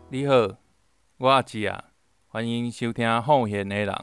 你好，我阿志啊，欢迎收听《放闲的人》。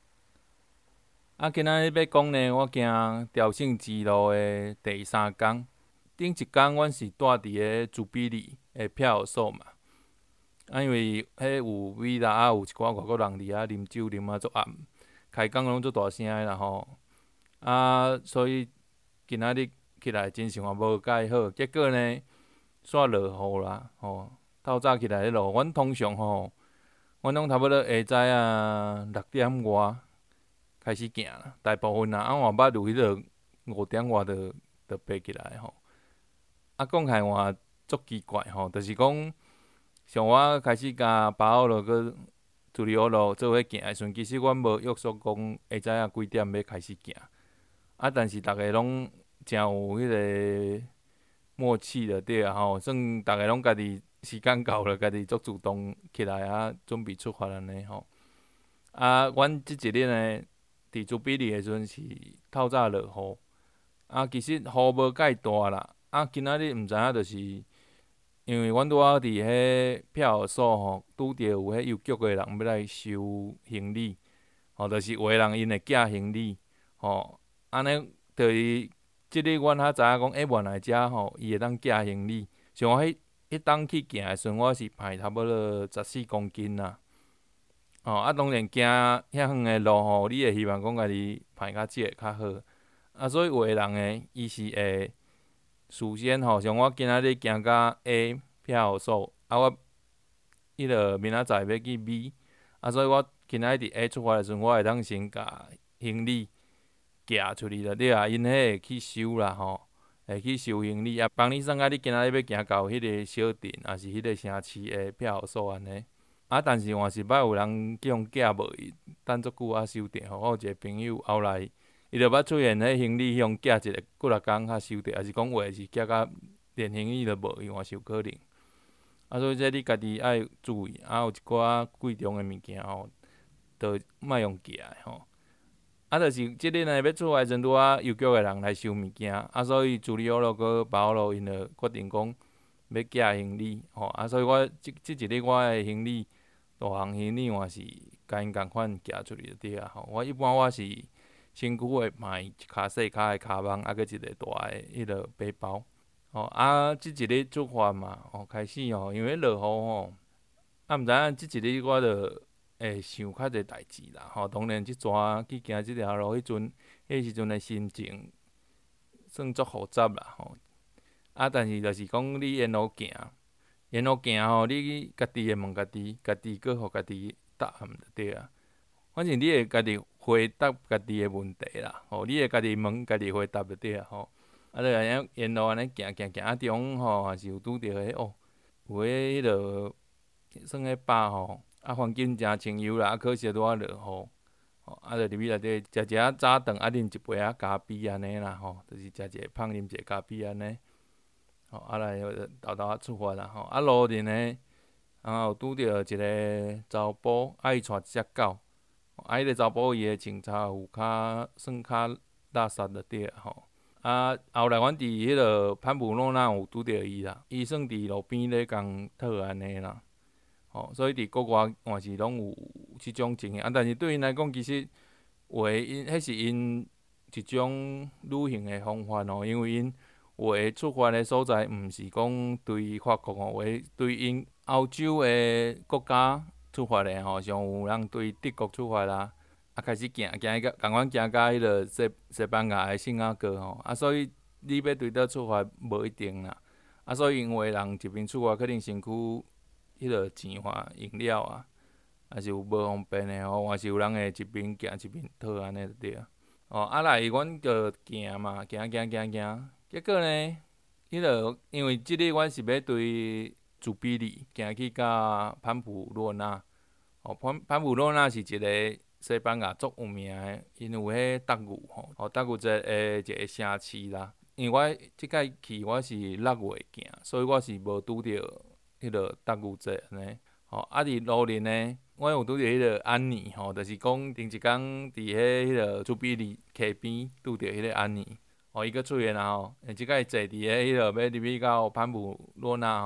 今仔日要讲呢，我行朝圣之路的第三天。顶一天，阮是住伫个朱比利的票所嘛。因为迄有米拉有一寡外国人伫遐啉酒啉足暗，开讲拢足大声的啦吼。所以今仔日起来精神也无介好，结果呢，煞落雨啦吼。透早起来咧落，阮通常吼。阮拢差不多下昼6点外开始行啦，大部分啦，换捌有迄落5点外就爬起来吼。讲起来换足奇怪吼，就是讲像我开始甲巴奥罗佮朱利欧罗做伙行的时阵，其实阮无约束讲下昼几点要开始行。但是逐个拢真有迄个默契就对啊吼，算逐个拢家己时间到了，家己足主动起来准备出发安尼吼。阮即一日呢，伫朱比利的时阵是透早落雨，其实雨无介大啦。今仔日毋知影，就是因为阮拄仔伫迄票所吼，拄着有迄邮局的人要来收行李，就是有个人因会寄行李，安尼就是即日阮较知影讲，原来遮伊会当寄行李。像我迄当去行的时阵，我是排差不多14公斤啦。当然行遐远的路你会希望讲家己排较少会较好。所以有个人呢，伊是会事先像我今仔日行到 A 票所，我迄落明仔载要去 B，所以我今仔日伫 A 出发的时阵，我会当先甲行李寄出去就对啊，因迄会去收啦会去收行李，帮你算啊，你今仔日要行到迄个小镇，还是迄个城市的票所安尼。但是换是捌有人叫用寄无伊，等足久收着我有一个朋友后来，伊就捌出现迄行李用寄一个几六工收着，还是讲话是寄到连行李都无伊，换是有可能。所以这你家己爱注意，有一寡贵重的物件就莫用寄的就是即日呢要出发的时阵，拄邮局的人来收物件，所以朱利欧罗佮巴奥罗因就决定讲要寄行李所以我即一日我的行李。大项行李我是甲因共款寄出去就对啊我一般我是身躯会卖一卡细卡的卡网，佮一个大的迄落背包。即一日出发嘛，开始因为落雨毋知影即一日我就会想较侪代志啦当然即阵去行即条路，迄时阵的心情算足复杂啦但是就是讲你沿路行。沿路行你家己会问家己，家己搁互家己答案就对啊。反正你会家己回答家己的问题啦，你会家己问家己回答就对啊就安尼沿路安尼行中也是有拄着迄有迄落算迄饱环境诚清幽啦，可惜拄仔落雨就入去内底食一下早顿，啉一杯咖啡安尼啦就是食一个芳啉一个咖啡安尼。来豆豆出发啦路阵呢，有拄着一个查甫，伊带一只狗，迄个查甫伊的穿插有算较垃圾就对后来阮伫迄落潘普洛纳有拄着伊啦，伊算伫路边咧共讨安尼啦所以伫国外还是拢有即种情形但是对因来讲，其实迄是因一种旅行的方法因为因。有的出发的所在，毋是讲对法国有的对因欧洲的国家出发的像有人对德国出发啦，开始行到共阮行到迄落西班牙的圣雅各所以你要对倒出发无一定啦，所以有的人一边出发，可能身躯迄落钱用了还是有无方便的还是有人会一边行一边讨安尼就对来阮就行嘛，行。结果呢，迄落因为即日阮是要对朱比利行去到潘普洛纳。潘普洛纳是一个西班牙足有名的，因有迄达古达古节的一个城市啦。因为我即摆去我是6月行，所以我是无拄着迄落达古节安尼。伫路阵呢，我有拄着迄落安妮就是讲顶一工伫迄落朱比利溪边拄着迄个安妮。伊佫出现啦即摆坐伫迄落要入去到潘普洛纳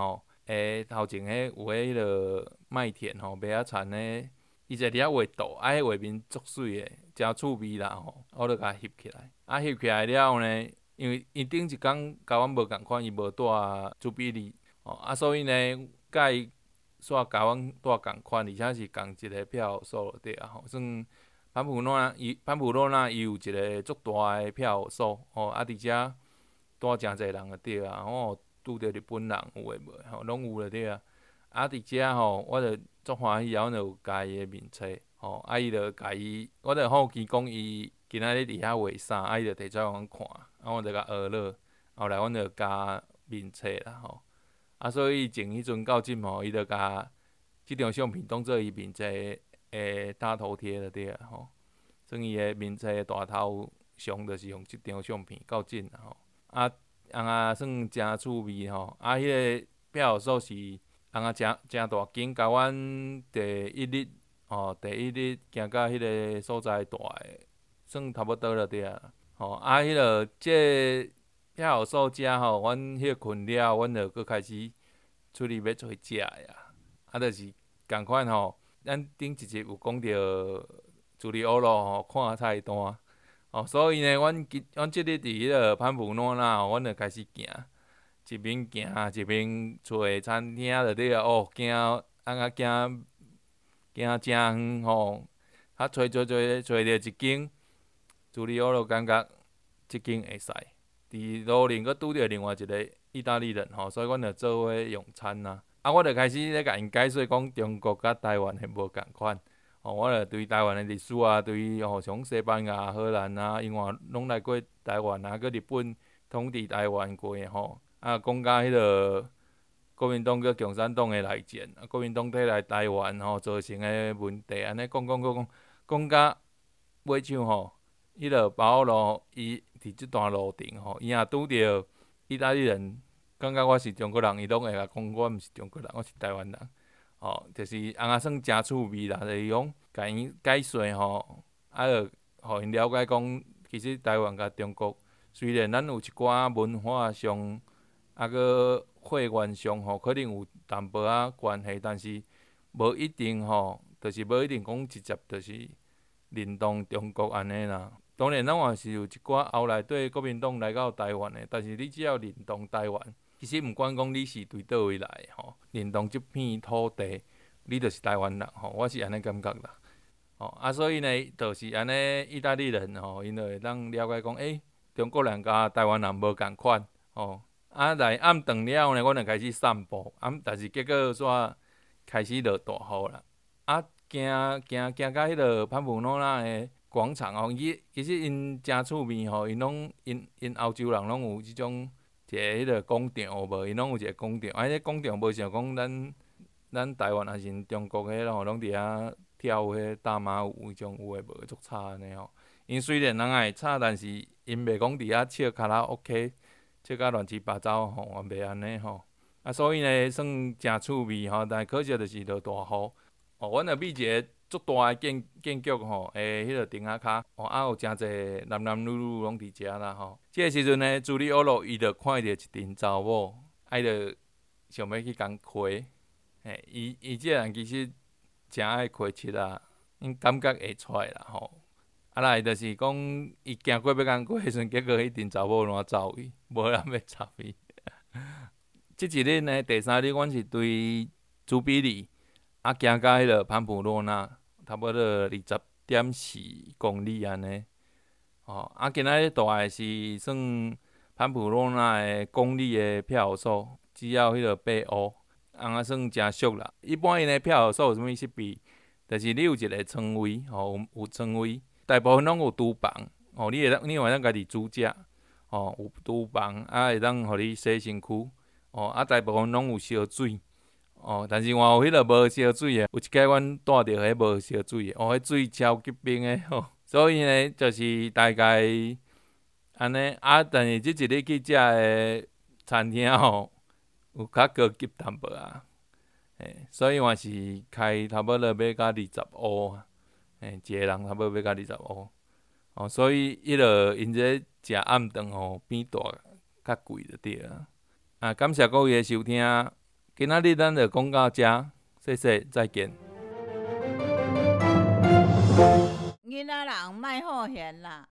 头前有迄落麦田吼，麦仔田诶，伊一个粒画图，迄画面足水诶，诚趣味啦吼，我就甲翕起来。翕起来了后呢，因为伊顶一工甲阮无共款，伊无带朱比利，所以呢，甲伊煞甲阮带共款，而且是共一个票数就对啊吼，算潘普洛纳伊有一个足大诶票数，而且带诚济人就对啊，拄着日本人有诶无吼，拢有就对啊。伫遮吼，我就足欢喜啊，阮就有加伊诶面册，伊就甲伊，我就好奇讲伊今仔日伫遐画啥，伊就摕出来阮看，我就甲学了，后来阮就加面册啦吼。所以从迄阵到即吼，伊就甲即张相片当做伊面册诶大头贴就对啊吼。算伊诶面册大头像，就是用即张相片到即啦吼。算诚趣味吼，迄个票数是诚大间，甲阮第一日行到迄个所在大诶，算差不多了对啊。迄落即票数遮吼，阮迄个困了，阮就搁开始出去要找食诶啊。就是共款吼，咱顶一集有讲到朱利欧罗吼看菜单。所以呢，阮即日伫迄个潘普诺纳吼，阮就开始行，一边行一边找餐厅就对啊。行诚远吼，找着一间，朱利欧罗感觉即间会使。伫路顶佫拄着另外一个意大利人吼，所以阮就做伙用餐啊。我就开始咧甲因解说讲中国甲台湾是无共款。我就对台湾的历史啊，对像西班牙、荷兰啊，因为拢来过台湾啊，佮日本统治台湾过吼。讲甲迄落国民党佮共产党的内战，国民党摕来台湾吼造成的问题，安尼讲甲尾场吼，迄落保罗伊伫即段路程吼，伊若拄着意大利人，感觉我是中国人，伊拢会甲讲我毋是中国人，我是台湾人。就是算诚趣味啦，就是讲甲因解说吼，就互因了解讲，其实台湾甲中国虽然咱有一寡文化上，佮血缘上吼，可能有淡薄仔关系，但是无一定吼，就是无一定讲直接就是认同中国安尼啦。当然，咱也是有一寡后来对国民党来到台湾的，但是你只要认同台湾。其实毋管讲你是对倒位来吼，认同即片土地，你就是台湾人吼，我是安尼感觉啦。所以呢，就是安尼意大利人吼，因就会当了解讲，中国人甲台湾人无共款吼。来暗顿了后呢，阮就开始散步，但是结果煞开始落大雨啦。行到迄落潘普诺纳的广场吼，其实因诚趣味吼，因欧洲人拢有即种。一个迄个广场有无？因拢有一个广场，迄个广场无像讲咱台湾还是中国迄吼，拢伫遐跳迄个大马舞迄种有诶无？足差安尼吼。因虽然人也会吵，但是因袂讲伫遐唱卡拉 OK， 唱甲乱七八糟吼，也袂安尼吼。所以呢，算诚趣味吼，但可惜就是落大雨。阮着秘一个足大诶建筑吼，迄个顶仔骹，有诚济男男女女拢伫遮啦吼。即个时阵呢，朱利欧罗伊着看着一阵查某，伊着想要去共开。伊即个人其实诚爱开七啦，因感觉会出来啦吼。来就是讲，伊行过要共开时阵，结果迄阵查某烂走去，无人要插伊。即一日呢，第三日阮是对朱比利。行到迄个潘普洛纳，差不多20.4公里安尼。今仔日大概是算潘普洛纳的公里的票数，只要迄个8欧，算诚俗啦。一般因的票数有啥物设备？就是你有一个床位，有床位，大部分拢有厨房，你会当家己煮食，有厨房，会当互你洗身躯，大部分拢有烧水。但是有迄个无烧水的，有一摆阮带着迄无烧水的，迄水超级冰的吼。所以呢，就是大概安尼但是即一日去食的餐厅吼，有较高级淡薄啊。所以我是开差不多要到20欧，一个人差不多要到20欧。所以迄落因这食暗顿吼，变大较贵就对啊。感谢各位的收听。 今仔日咱就讲到这，谢谢，再见。 囡仔人莫好闲啦。